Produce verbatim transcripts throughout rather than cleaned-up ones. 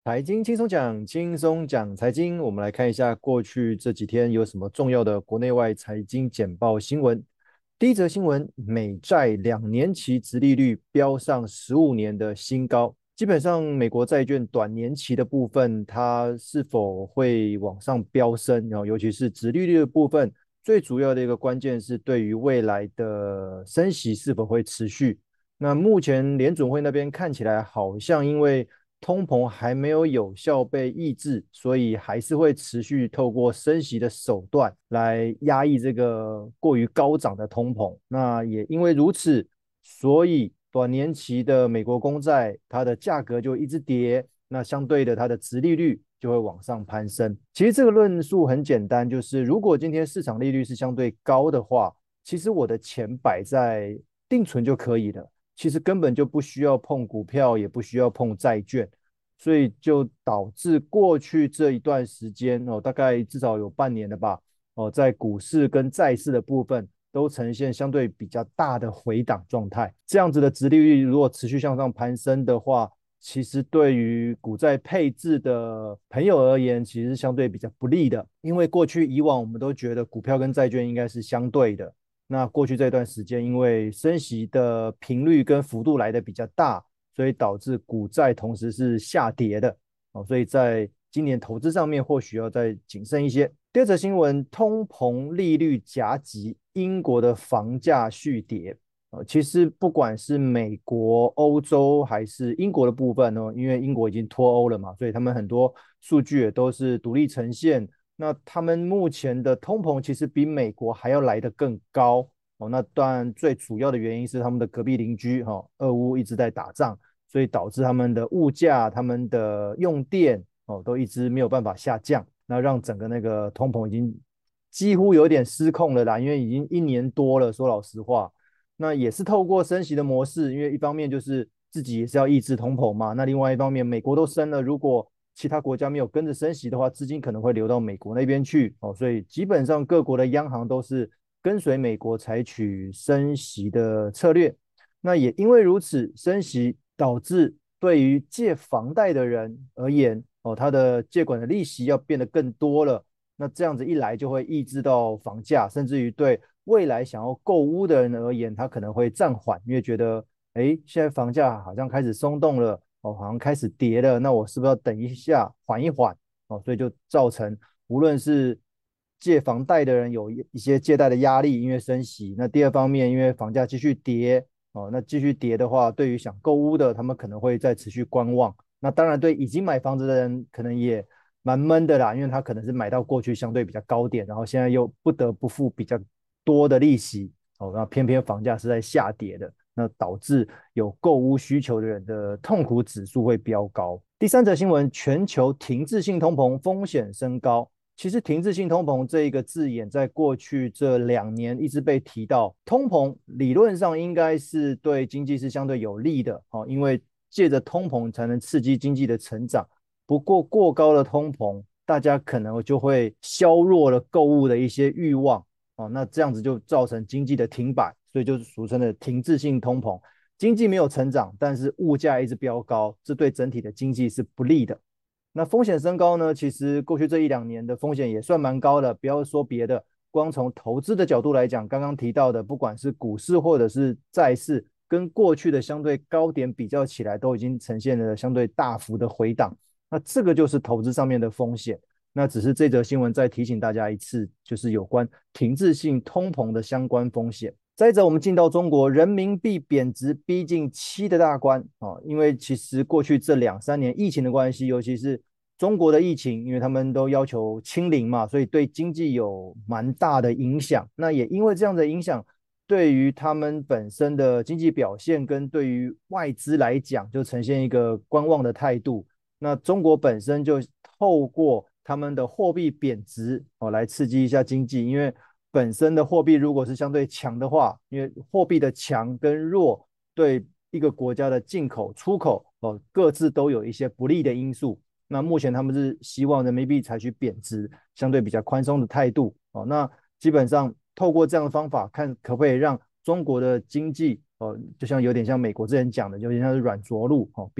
财经轻松讲，轻松讲财经。我们来看一下过去这几天有什么重要的国内外财经简报新闻。第一则新闻，美债两年期殖利率飙上十五年的新高。基本上，美国债券短年期的部分，它是否会往上飙升？然后，尤其是殖利率的部分，最主要的一个关键是对于未来的升息是否会持续。那目前联准会那边看起来好像因为通膨还没有有效被抑制，所以还是会持续透过升息的手段来压抑这个过于高涨的通膨。那也因为如此，所以短年期的美国公债它的价格就一直跌，那相对的它的殖利率就会往上攀升。其实这个论述很简单，就是如果今天市场利率是相对高的话，其实我的钱摆在定存就可以了。其实根本就不需要碰股票，也不需要碰债券，所以就导致过去这一段时间哦，大概至少有半年了吧，哦，在股市跟债市的部分都呈现相对比较大的回档状态。这样子的殖利率如果持续向上攀升的话，其实对于股债配置的朋友而言，其实相对比较不利的，因为过去以往我们都觉得股票跟债券应该是相对的。那过去这段时间，因为升息的频率跟幅度来的比较大，所以导致股债同时是下跌的哦，所以在今年投资上面或许要再谨慎一些。第二则新闻，通膨利率夹击，英国的房价续跌。呃，其实不管是美国、欧洲还是英国的部分呢，因为英国已经脱欧了嘛，所以他们很多数据也都是独立呈现。那他们目前的通膨其实比美国还要来得更高哦。那当然最主要的原因是他们的隔壁邻居哈、哦，俄乌一直在打仗，所以导致他们的物价、他们的用电哦都一直没有办法下降，那让整个那个通膨已经几乎有点失控了啦，因为已经一年多了，说老实话，那也是透过升息的模式，因为一方面就是自己也是要抑制通膨嘛，那另外一方面美国都升了，如果其他国家没有跟着升息的话，资金可能会流到美国那边去哦，所以基本上各国的央行都是跟随美国采取升息的策略。那也因为如此，升息导致对于借房贷的人而言，哦，他的借款的利息要变得更多了。那这样子一来，就会抑制到房价，甚至于对未来想要购屋的人而言，他可能会暂缓，因为觉得，哎，现在房价好像开始松动了，哦，好像开始跌了，那我是不是要等一下，缓一缓？哦，所以就造成无论是借房贷的人有一些借贷的压力，因为升息；那第二方面，因为房价继续跌，哦，那继续跌的话，对于想购屋的，他们可能会再持续观望。那当然，对已经买房子的人，可能也蛮闷的啦，因为他可能是买到过去相对比较高点，然后现在又不得不付比较多的利息，哦，那偏偏房价是在下跌的，那导致有购屋需求的人的痛苦指数会飙高。第三则新闻，全球停滞性通膨风险升高。其实停滞性通膨这一个字眼，在过去这两年一直被提到。通膨理论上应该是对经济是相对有利的，哦，因为借着通膨才能刺激经济的成长。不过过高的通膨，大家可能就会削弱了购物的一些欲望，哦，那这样子就造成经济的停摆，所以就是俗称的停滞性通膨。经济没有成长，但是物价一直飙高，这对整体的经济是不利的。那风险升高呢？其实过去这一两年的风险也算蛮高的，不要说别的，光从投资的角度来讲，刚刚提到的，不管是股市或者是债市，跟过去的相对高点比较起来，都已经呈现了相对大幅的回档。那这个就是投资上面的风险。那只是这则新闻再提醒大家一次，就是有关停滞性通膨的相关风险。再者，我们进到中国，人民币贬值逼近七的大关啊，因为其实过去这两三年疫情的关系，尤其是中国的疫情，因为他们都要求清零嘛，所以对经济有蛮大的影响。那也因为这样的影响，对于他们本身的经济表现跟对于外资来讲，就呈现一个观望的态度。那中国本身就透过他们的货币贬值哦，来刺激一下经济，因为本身的货币如果是相对强的话，因为货币的强跟弱对一个国家的进口、出口哦各自都有一些不利的因素。那目前他们是希望人民币采取贬值，相对比较宽松的态度哦。那基本上透过这样的方法，看可不可以让中国的经济哦，就像有点像美国之前讲的，有点像是软着陆哦，不要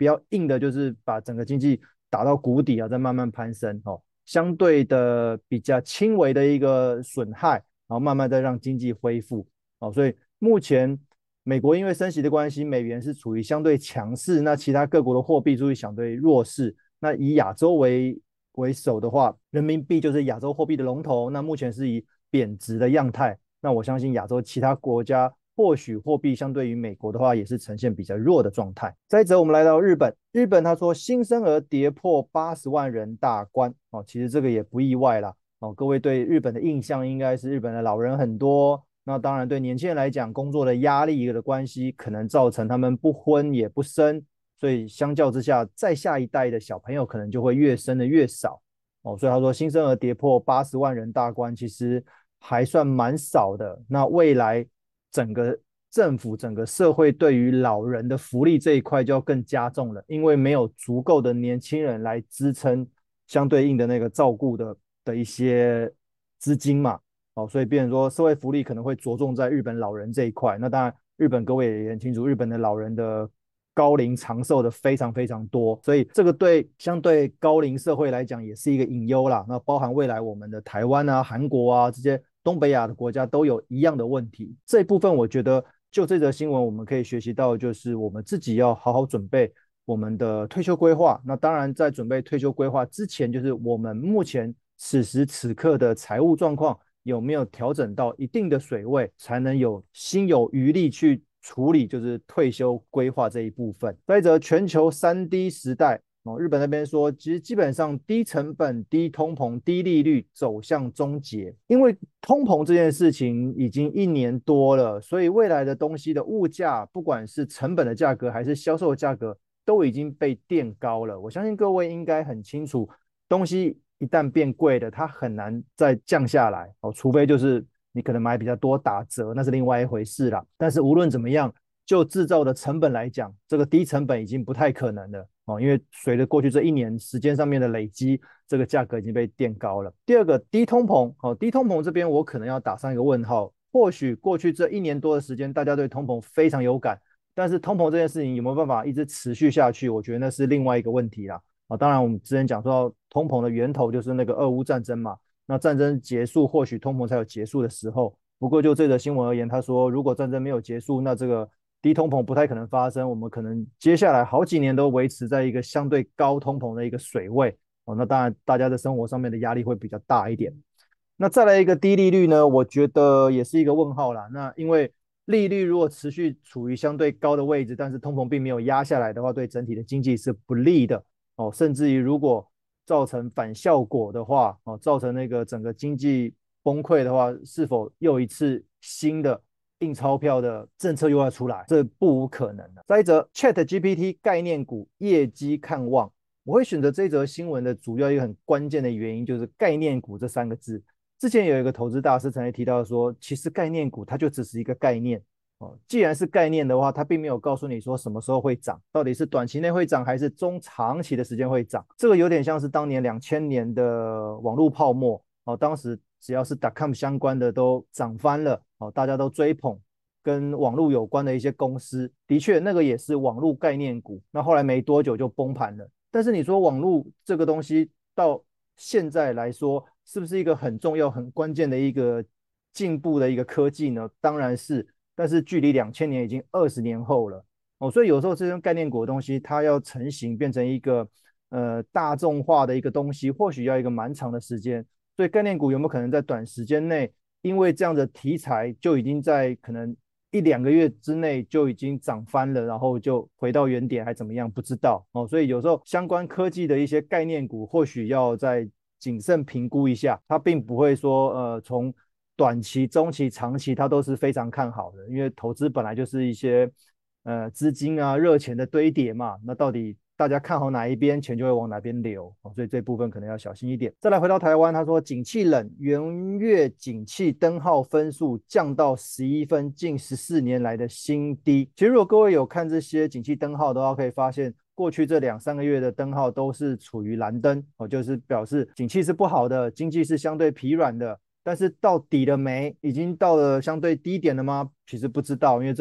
不要硬的就是把整个经济打到谷底啊，再慢慢攀升哦。相对的比较轻微的一个损害，然后慢慢再让经济恢复哦。所以目前美国因为升息的关系，美元是处于相对强势，那其他各国的货币处于相对弱势。那以亚洲为为首的话，人民币就是亚洲货币的龙头，那目前是以贬值的样态。那我相信亚洲其他国家或许货币相对于美国的话，也是呈现比较弱的状态。再者，我们来到日本，日本他说新生儿跌破八十万人大关哦，其实这个也不意外啦哦。各位对日本的印象应该是日本的老人很多，那当然对年轻人来讲，工作的压力的关系，可能造成他们不婚也不生，所以相较之下，再下一代的小朋友可能就会越生的越少哦。所以他说新生儿跌破八十万人大关，其实还算蛮少的。那未来整个政府、整个社会对于老人的福利这一块就要更加重了，因为没有足够的年轻人来支撑相对应的那个照顾的的一些资金嘛。哦，所以变成说社会福利可能会着重在日本老人这一块。那当然，日本各位也很清楚，日本的老人的高龄长寿的非常非常多，所以这个对相对高龄社会来讲也是一个隐忧啦。那包含未来我们的台湾啊、韩国啊这些东北亚的国家都有一样的问题。这一部分我觉得就这则新闻我们可以学习到，就是我们自己要好好准备我们的退休规划。那当然在准备退休规划之前，就是我们目前此时此刻的财务状况有没有调整到一定的水位，才能有心有余力去处理就是退休规划这一部分。再者，全球三 D 时代哦，日本那边说，其实基本上低成本、低通膨、低利率走向终结，因为通膨这件事情已经一年多了，所以未来的东西的物价，不管是成本的价格还是销售的价格，都已经被垫高了。我相信各位应该很清楚，东西一旦变贵了，它很难再降下来哦，除非就是你可能买比较多打折，那是另外一回事啦。但是无论怎么样，就制造的成本来讲，这个低成本已经不太可能了哦，因为随着过去这一年时间上面的累积，这个价格已经被垫高了。第二个，低通膨哦，低通膨这边我可能要打上一个问号。或许过去这一年多的时间，大家对通膨非常有感，但是通膨这件事情有没有办法一直持续下去，我觉得那是另外一个问题啦。啊，当然我们之前讲说通膨的源头就是那个俄乌战争嘛，那战争结束，或许通膨才有结束的时候。不过就这则新闻而言，他说如果战争没有结束，那这个低通膨不太可能发生，我们可能接下来好几年都维持在一个相对高通膨的一个水位。哦，那当然大家的生活上面的压力会比较大一点。那再来一个低利率呢，我觉得也是一个问号啦。那因为利率如果持续处于相对高的位置，但是通膨并没有压下来的话，对整体的经济是不利的哦。甚至于如果造成反效果的话，哦，造成那个整个经济崩溃的话，是否又一次新的印钞票的政策又要出来？这不无可能的。再一则 ，Chat G P T 概念股业绩看望，我会选择这则新闻的主要一个很关键的原因就是概念股这三个字。之前有一个投资大师曾经提到说，其实概念股它就只是一个概念哦。既然是概念的话，它并没有告诉你说什么时候会涨，到底是短期内会涨还是中长期的时间会涨。这个有点像是当年两千年的网络泡沫哦，当时只要是 .com 相关的都涨翻了哦，大家都追捧跟网络有关的一些公司，的确那个也是网络概念股，那后来没多久就崩盘了。但是你说网络这个东西到现在来说，是不是一个很重要、很关键的一个进步的一个科技呢？当然是，但是距离两千年已经二十年后了哦，所以有时候这种概念股的东西，它要成型变成一个呃大众化的一个东西，或许要一个蛮长的时间。所以概念股有没有可能在短时间内，因为这样的题材就已经在可能一两个月之内就已经涨翻了，然后就回到原点还怎么样？不知道哦。所以有时候相关科技的一些概念股，或许要在谨慎评估一下，它并不会说呃从短期、中期、长期它都是非常看好的，因为投资本来就是一些呃资金啊热钱的堆叠嘛，那到底大家看好哪一边，钱就会往哪边流，哦，所以这部分可能要小心一点。再来回到台湾，他说景气冷，元月景气灯号分数降到十一分，近十四年来的新低。其实如果各位有看这些景气灯号的话，可以发现过去这两三个月的灯号都是处于蓝灯，哦，就是表示景气是不好的，经济是相对疲软的。但是到底了没？已经到了相对低点了吗？其实不知道，因为这个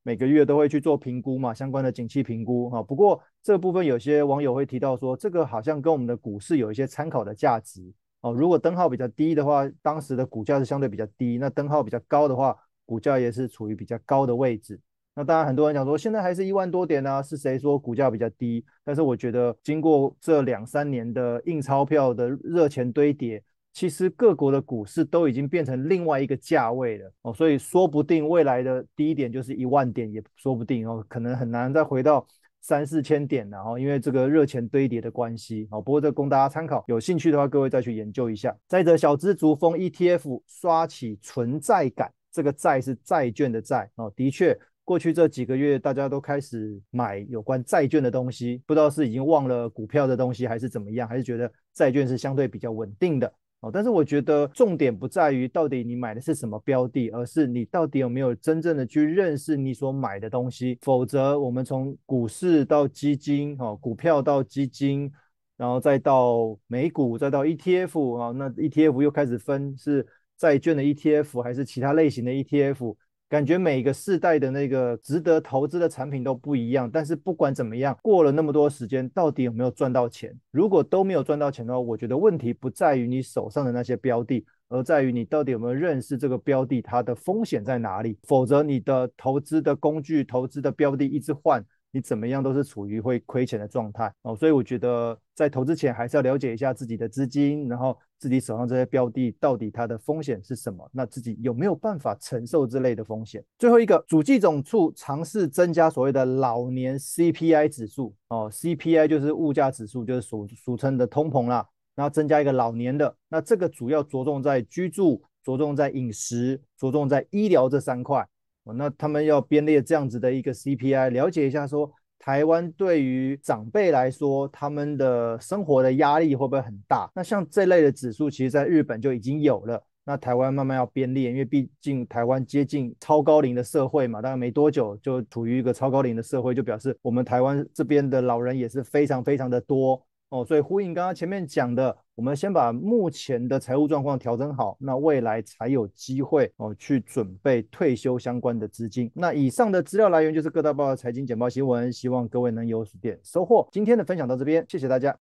每个月都会去做评估嘛，相关的景气评估哈。不过这部分有些网友会提到说，这个好像跟我们的股市有一些参考的价值哦。如果灯号比较低的话，当时的股价是相对比较低；那灯号比较高的话，股价也是处于比较高的位置。那当然，很多人讲说，现在还是一万多点啊，是谁说股价比较低？但是我觉得，经过这两三年的印钞票的热钱堆叠，其实各国的股市都已经变成另外一个价位了哦，所以说不定未来的低点就是一万点，也说不定哦，可能很难再回到三四千点了哦，因为这个热钱堆叠的关系哦。不过这供大家参考，有兴趣的话，各位再去研究一下。再者，小资族风 E T F 刷起存在感，这个债是债券的债哦，的确。过去这几个月，大家都开始买有关债券的东西，不知道是已经忘了股票的东西，还是怎么样，还是觉得债券是相对比较稳定的哦。但是我觉得重点不在于到底你买的是什么标的，而是你到底有没有真正的去认识你所买的东西。否则，我们从股市到基金，哦，股票到基金，然后再到美股，再到 E T F 啊，那 E T F 又开始分是债券的 E T F 还是其他类型的 E T F。感觉每个世代的那个值得投资的产品都不一样，但是不管怎么样，过了那么多时间，到底有没有赚到钱？如果都没有赚到钱的话，我觉得问题不在于你手上的那些标的，而在于你到底有没有认识这个标的，它的风险在哪里。否则，你的投资的工具、投资的标的一直换，你怎么样都是处于会亏钱的状态哦。所以我觉得在投资前还是要了解一下自己的资金，然后自己手上这些标的到底它的风险是什么，那自己有没有办法承受这类的风险。最后一个，主计总处尝试增加所谓的老年 C P I 指数哦 ，C P I 就是物价指数，就是俗俗称的通膨啦。然后增加一个老年的，那这个主要着重在居住、着重在饮食、着重在医疗这三块。哦，那他们要编列这样子的一个 C P I， 了解一下说台湾对于长辈来说，他们的生活的压力会不会很大？那像这类的指数，其实在日本就已经有了。那台湾慢慢要编列，因为毕竟台湾接近超高龄的社会嘛，大概没多久就处于一个超高龄的社会，就表示我们台湾这边的老人也是非常非常的多。哦，所以呼应刚刚前面讲的，我们先把目前的财务状况调整好，那未来才有机会哦去准备退休相关的资金。那以上的资料来源就是各大报的财经简报新闻，希望各位能有点收获。今天的分享到这边，谢谢大家。